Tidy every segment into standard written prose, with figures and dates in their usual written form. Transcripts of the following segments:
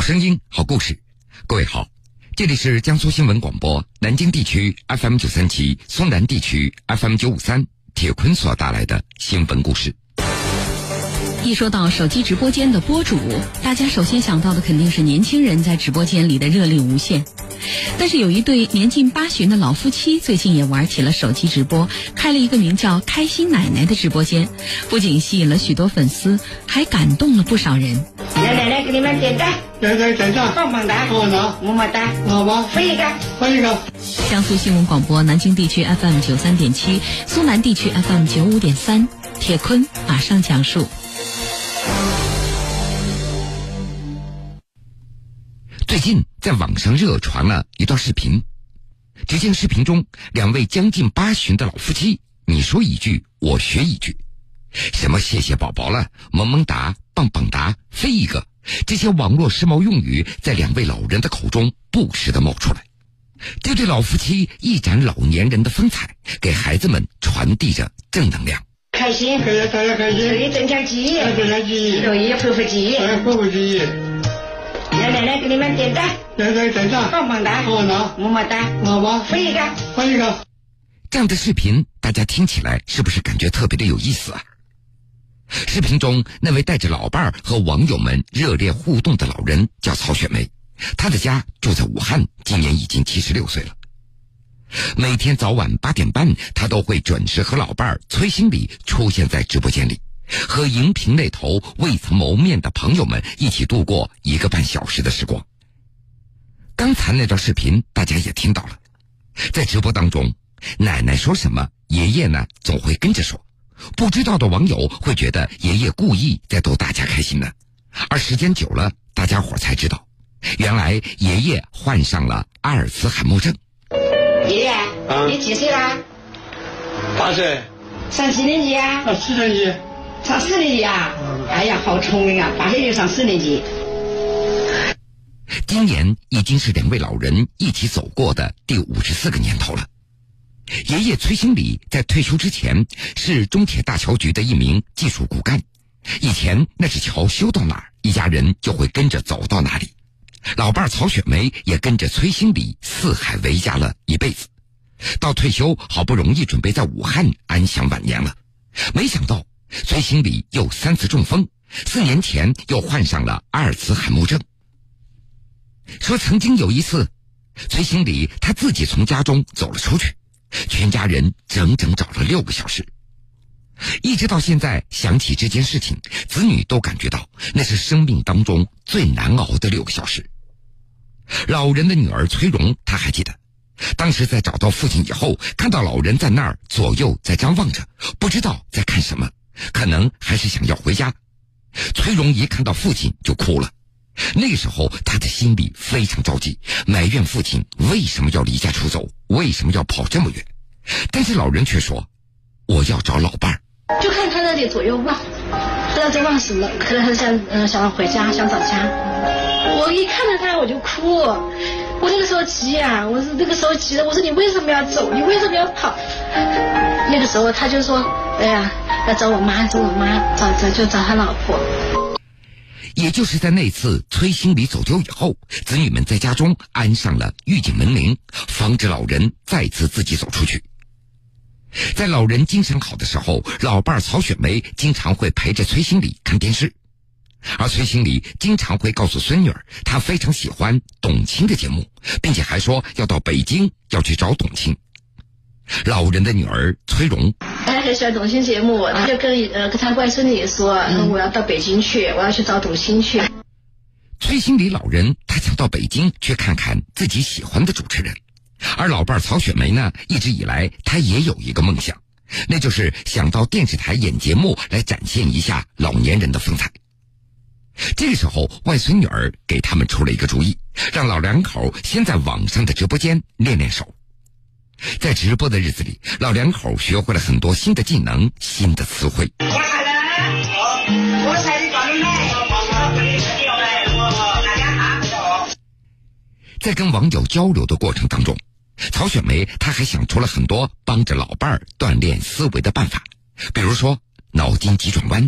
声音，好故事。各位好，这里是江苏新闻广播南京地区 FM937、松南地区 FM953，铁坤所带来的新闻故事。 一说到手机直播间的播主，大家首先想到的肯定是年轻人在直播间里的热力无限。但是有一对年近80的老夫妻最近也玩起了手机直播，开了一个名叫开心奶奶的直播间，不仅吸引了许多粉丝，还感动了不少人。 奶奶给你们点赞， 点赞， 棒棒哒， 么么哒， 好吧， 飞一个。 江苏新闻广播南京地区 FM93.7，苏南地区 FM95.3，铁坤马上讲述。 最近在网上热传了一段视频，只见视频中两位将近80的老夫妻，你说一句我学一句，什么谢谢宝宝了，萌萌哒，棒棒哒，飞一个，这些网络时髦用语在两位老人的口中不时地冒出来，这对老夫妻一展老年人的风采，给孩子们传递着正能量。 开心， 大家开心， 注意增强记忆，容易恢复记忆，奶奶给你们点赞，棒棒哒，么么哒， 好吧， 飞一个。 这样的视频大家听起来是不是感觉特别的有意思啊？视频中那位带着老伴儿和网友们热烈互动的老人叫曹雪梅，她的家住在武汉，今年已经76岁了。每天早晚8点半，她都会准时和老伴儿崔新礼出现在直播间里，和荧屏那头未曾谋面的朋友们一起度过1个半小时的时光。刚才那段视频大家也听到了，在直播当中，奶奶说什么，爷爷呢总会跟着说，不知道的网友会觉得爷爷故意在逗大家开心呢。而时间久了，大家伙才知道，原来爷爷患上了阿尔茨海默症。 爷爷，你几岁啦 ？8岁。 上几年级啊 ？4年级。 上4年级啊？哎呀，好聪明啊！8岁就上4年级。 今年已经是两位老人一起走过的第54个年头了。爷爷崔新礼在退休之前是中铁大桥局的一名技术骨干，以前那是桥修到哪儿，一家人就会跟着走到哪里。老伴曹雪梅也跟着崔新礼四海为家了一辈子，到退休好不容易准备在武汉安享晚年了，没想到崔新礼又3次中风，4年前又患上了阿尔茨海默症。说曾经有一次，崔新礼他自己从家中走了出去，全家人整整找了6个小时。一直到现在想起这件事情，子女都感觉到那是生命当中最难熬的6个小时。老人的女儿崔荣，她还记得当时在找到父亲以后，看到老人在那儿左右在张望着，不知道在看什么，可能还是想要回家。崔荣一看到父亲就哭了，那个时候他的心里非常着急，埋怨父亲为什么要离家出走，为什么要跑这么远。但是老人却说，我要找老伴儿。 就看他那里左右望，不知道在望什么，可能他想回家，想找家。我一看到他我就哭，我那个时候急啊，我是那个时候急的，我说你为什么要走，你为什么要跑？那个时候他就说，哎呀，要找我妈，找他老婆。 也就是在那次崔新礼走丢以后，子女们在家中安上了预警门铃，防止老人再次自己走出去。在老人精神好的时候，老伴曹雪梅经常会陪着崔新礼看电视，而崔新礼经常会告诉孙女儿，他非常喜欢董卿的节目，并且还说要到北京要去找董卿。老人的女儿崔荣， 他很喜欢董卿节目，他就跟他外孙女说，我要到北京去，我要去找董卿去。 崔新礼老人他想到北京去看看自己喜欢的主持人，而老伴曹雪梅呢，一直以来她也有一个梦想，那就是想到电视台演节目来展现一下老年人的风采。这个时候外孙女儿给他们出了一个主意，让老两口先在网上的直播间练练手。在直播的日子里，老两口学会了很多新的技能，新的词汇。在跟网友交流的过程当中，曹雪梅她还想出了很多帮着老伴儿锻炼思维的办法，比如说脑筋急转弯。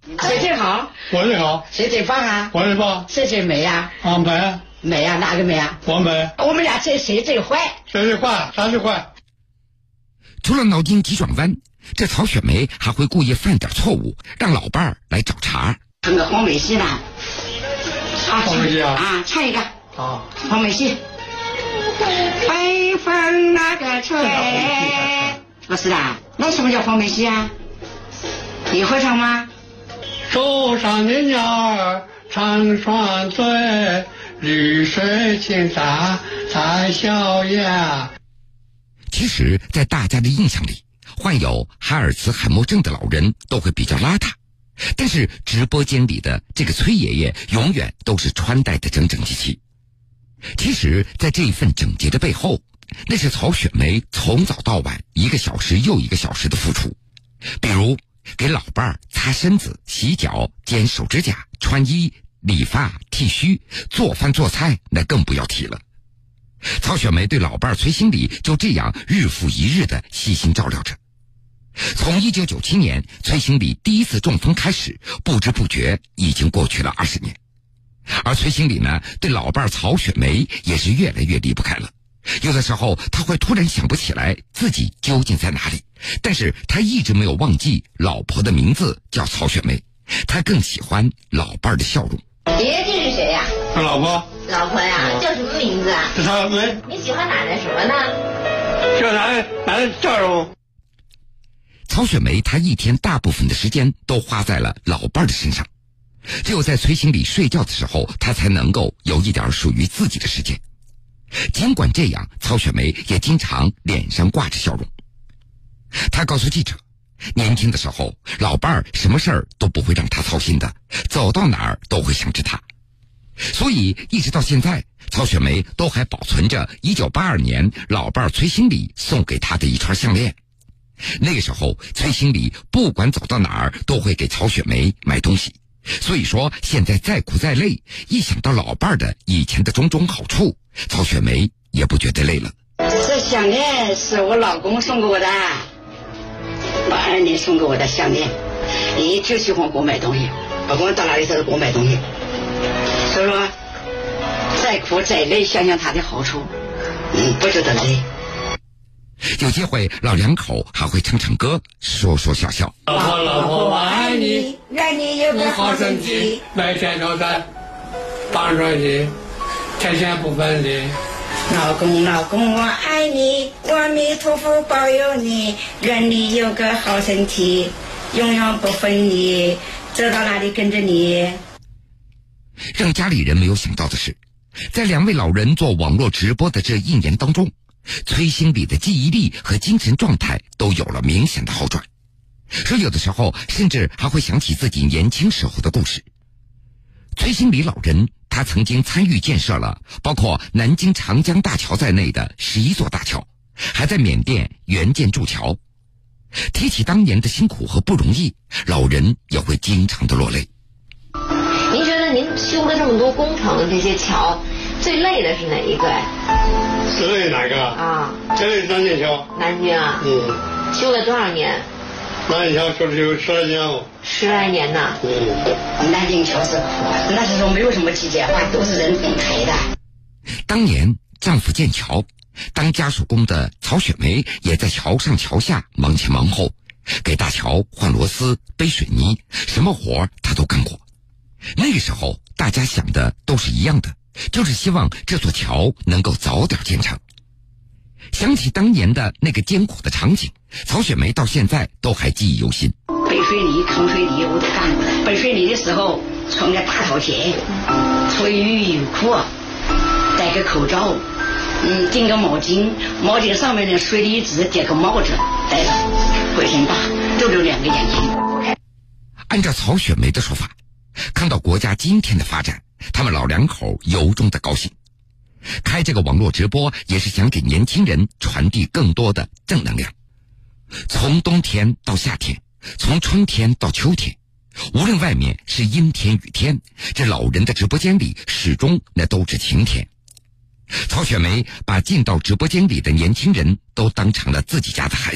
谁最好？ 我最好。 谁最棒啊？ 我最棒。 谁最美啊？ 美。 美啊？哪个美啊？ 我美。 我们俩谁最坏？ 谁最坏？啥最坏？ 除了脑筋急转弯，这曹雪梅还会故意犯点错误，让老伴儿来找茬。 唱个黄梅戏呢？ 黄梅戏啊？ 唱一个。 好。 黄梅戏。北风那个吹。不是的，那什么叫黄梅戏啊？你会唱吗？ 树上的鸟儿成双对，绿水青山才笑颜。 其实，在大家的印象里，患有海尔茨海默症的老人都会比较邋遢，但是直播间里的这个崔爷爷永远都是穿戴的整整齐齐。其实，在这一份整洁的背后，那是曹雪梅从早到晚1个小时又1个小时的付出。比如给老伴儿擦身子、洗脚、剪手指甲、穿衣、理发、剃须、做饭做菜，那更不要提了。曹雪梅对老伴儿崔新礼就这样日复一日的细心照料着。从1997年崔新礼第一次中风开始，不知不觉已经过去了20年。而崔新礼呢，对老伴儿曹雪梅也是越来越离不开了。有的时候他会突然想不起来自己究竟在哪里，但是他一直没有忘记老婆的名字叫曹雪梅，他更喜欢老伴儿的笑容。 爷爷这是谁呀？ 是老婆。 老婆呀？叫什么名字啊？ 是曹雪梅。 你喜欢奶奶什么呢？ 叫奶奶笑容。 曹雪梅她一天大部分的时间都花在了老伴儿的身上，只有在崔新礼睡觉的时候，她才能够有一点属于自己的时间。尽管这样，曹雪梅也经常脸上挂着笑容。她告诉记者，年轻的时候，老伴儿什么事儿都不会让她操心的，走到哪儿都会想着她。所以一直到现在，曹雪梅都还保存着1982年老伴儿崔新礼送给她的一串项链。那个时候，崔新礼不管走到哪儿都会给曹雪梅买东西，所以说现在再苦再累，一想到老伴儿的以前的种种好处，曹雪梅也不觉得累了。 这项链是我老公送给我的，我儿女送给我的项链。你就喜欢给我买东西，不管到哪里他都给我买东西。所以说，再苦再累，想想他的好处，不觉得累。 有机会老两口还会唱唱歌，说说笑笑。 老婆我爱你， 愿你有个好身体， 每天都在帮着你，天天不分离。 老公我爱你，阿弥陀佛保佑你，愿你有个好身体，永远不分离，走到哪里跟着你。 让家里人没有想到的是，在2位老人做网络直播的这1年当中，崔新礼的记忆力和精神状态都有了明显的好转，说有的时候甚至还会想起自己年轻时候的故事。崔新礼老人他曾经参与建设了包括南京长江大桥在内的11座大桥，还在缅甸援建筑桥。提起当年的辛苦和不容易，老人也会经常的落泪。 您觉得您修了这么多工程，这些桥最累的是哪一个呀？ 最累哪个啊？ 最累南京桥。 南京啊？修了多少年？ 南京桥修了有10来年哦。 10来年呢？ 南京桥是苦，那时候没有什么机械化，都是人工开的。 当年丈夫建桥，当家属工的曹雪梅也在桥上桥下忙前忙后，给大桥换螺丝、背水泥，什么活她都干过。那个时候大家想的都是一样的，就是希望这座桥能够早点建成。想起当年的那个艰苦的场景，曹雪梅到现在都还记忆犹新。 背水泥、扛水泥我都干过。背水泥的时候穿个大套鞋，出雨又苦，戴个口罩，顶个毛巾，毛巾上面的水泥字叠个帽子戴上，浑身大，就这2个眼睛。 按照曹雪梅的说法，看到国家今天的发展，他们老两口由衷的高兴。开这个网络直播也是想给年轻人传递更多的正能量。从冬天到夏天，从春天到秋天，无论外面是阴天雨天，这老人的直播间里始终那都是晴天。曹雪梅把进到直播间里的年轻人都当成了自己家的孩子，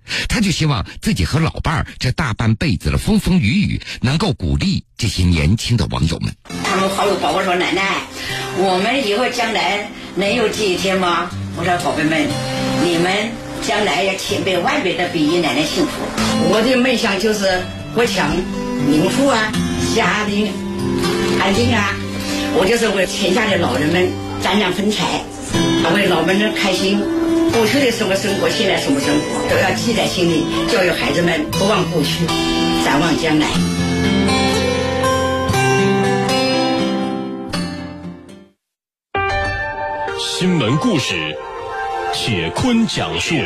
他就希望自己和老伴儿这大半辈子的风风雨雨能够鼓励这些年轻的网友们。 他们好友宝宝说，奶奶，我们以后将来能有这一天吗？我说宝贝们，你们将来要千倍万倍的比奶奶幸福。我的梦想就是国强民富啊，家庭安定啊，我就是为天下的老人们沾两分财，为老人们开心。过去的什么生活，现在什么生活，都要记在心里，教育孩子们不忘过去，展望将来。 新闻故事，铁坤讲述。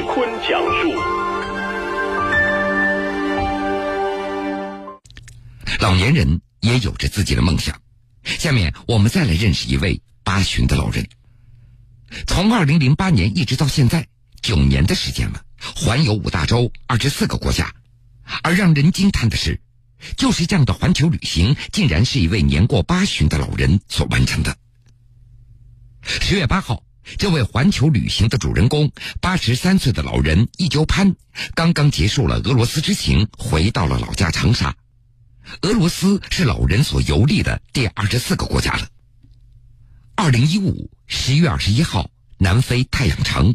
老年人也有着自己的梦想。下面我们再来认识一位八旬的老人。从2008年一直到现在9年的时间了，环游5大洲24个国家。而让人惊叹的是，就是这样的环球旅行竟然是一位年过80旬的老人所完成的。10月8号，这位环球旅行的主人公83岁的老人易鸠潘刚刚结束了俄罗斯之行，回到了老家长沙。俄罗斯是老人所游历的第24个国家了。2015 11月21号，南非太阳城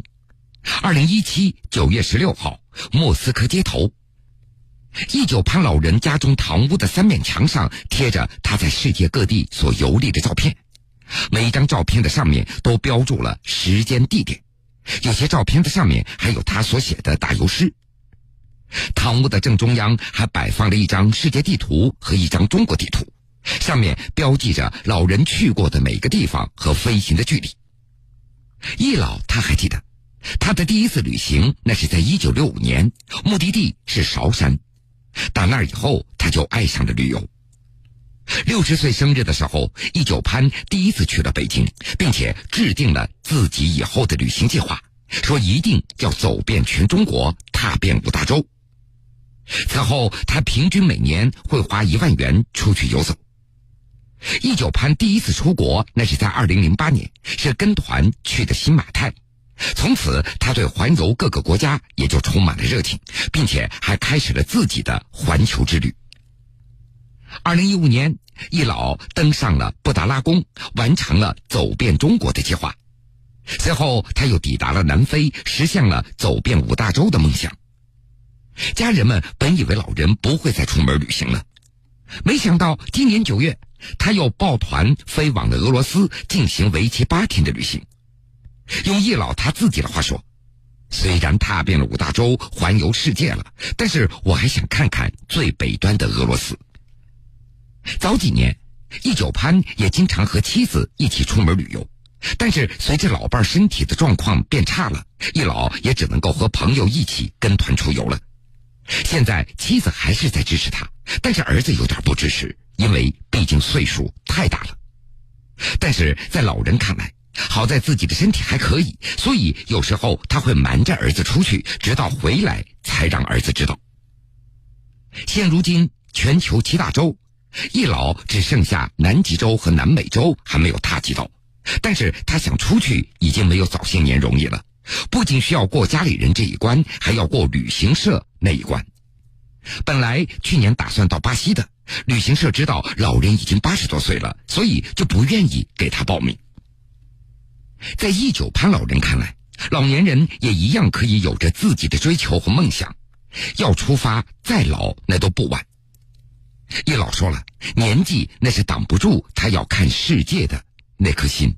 ；2017 9月16号，莫斯科街头。易鸠潘老人家中堂屋的3面墙上贴着他在世界各地所游历的照片，每一张照片的上面都标注了时间地点，有些照片的上面还有他所写的打油诗。堂屋的正中央还摆放了一张世界地图和一张中国地图，上面标记着老人去过的每个地方和飞行的距离。易老他还记得，他的第一次旅行那是在1965年，目的地是韶山。打那以后，他就爱上了旅游。60岁生日的时候，易鸠潘第一次去了北京，并且制定了自己以后的旅行计划，说一定要走遍全中国，踏遍5大洲。此后，他平均每年会花1万元出去游走。易鸠潘第一次出国那是在2008年，是跟团去的新马泰。从此他对环游各个国家也就充满了热情，并且还开始了自己的环球之旅。2015年，易老登上了布达拉宫，完成了走遍中国的计划。随后他又抵达了南非，实现了走遍5大洲的梦想。家人们本以为老人不会再出门旅行了，没想到今年9月，他又抱团飞往了俄罗斯，进行为期8天的旅行。用易老他自己的话说，虽然踏遍了5大洲，环游世界了，但是我还想看看最北端的俄罗斯。早几年，易鸠潘也经常和妻子一起出门旅游，但是随着老伴身体的状况变差了，易老也只能够和朋友一起跟团出游了。现在妻子还是在支持他，但是儿子有点不支持，因为毕竟岁数太大了。但是在老人看来，好在自己的身体还可以，所以有时候他会瞒着儿子出去，直到回来才让儿子知道。现如今全球7大洲，易老只剩下南极洲和南美洲还没有踏及到，但是他想出去已经没有早些年容易了，不仅需要过家里人这一关，还要过旅行社那一关。本来去年打算到巴西的，旅行社知道老人已经80多岁了，所以就不愿意给他报名。在易鸠潘老人看来，老年人也一样可以有着自己的追求和梦想，要出发再老那都不晚。易老说了，年纪那是挡不住他要看世界的那颗心。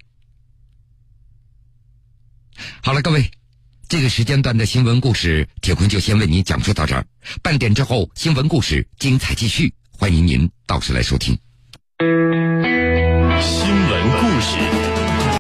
好了，各位，这个时间段的新闻故事，铁坤就先为您讲述到这儿。半点之后，新闻故事精彩继续，欢迎您到时来收听。 新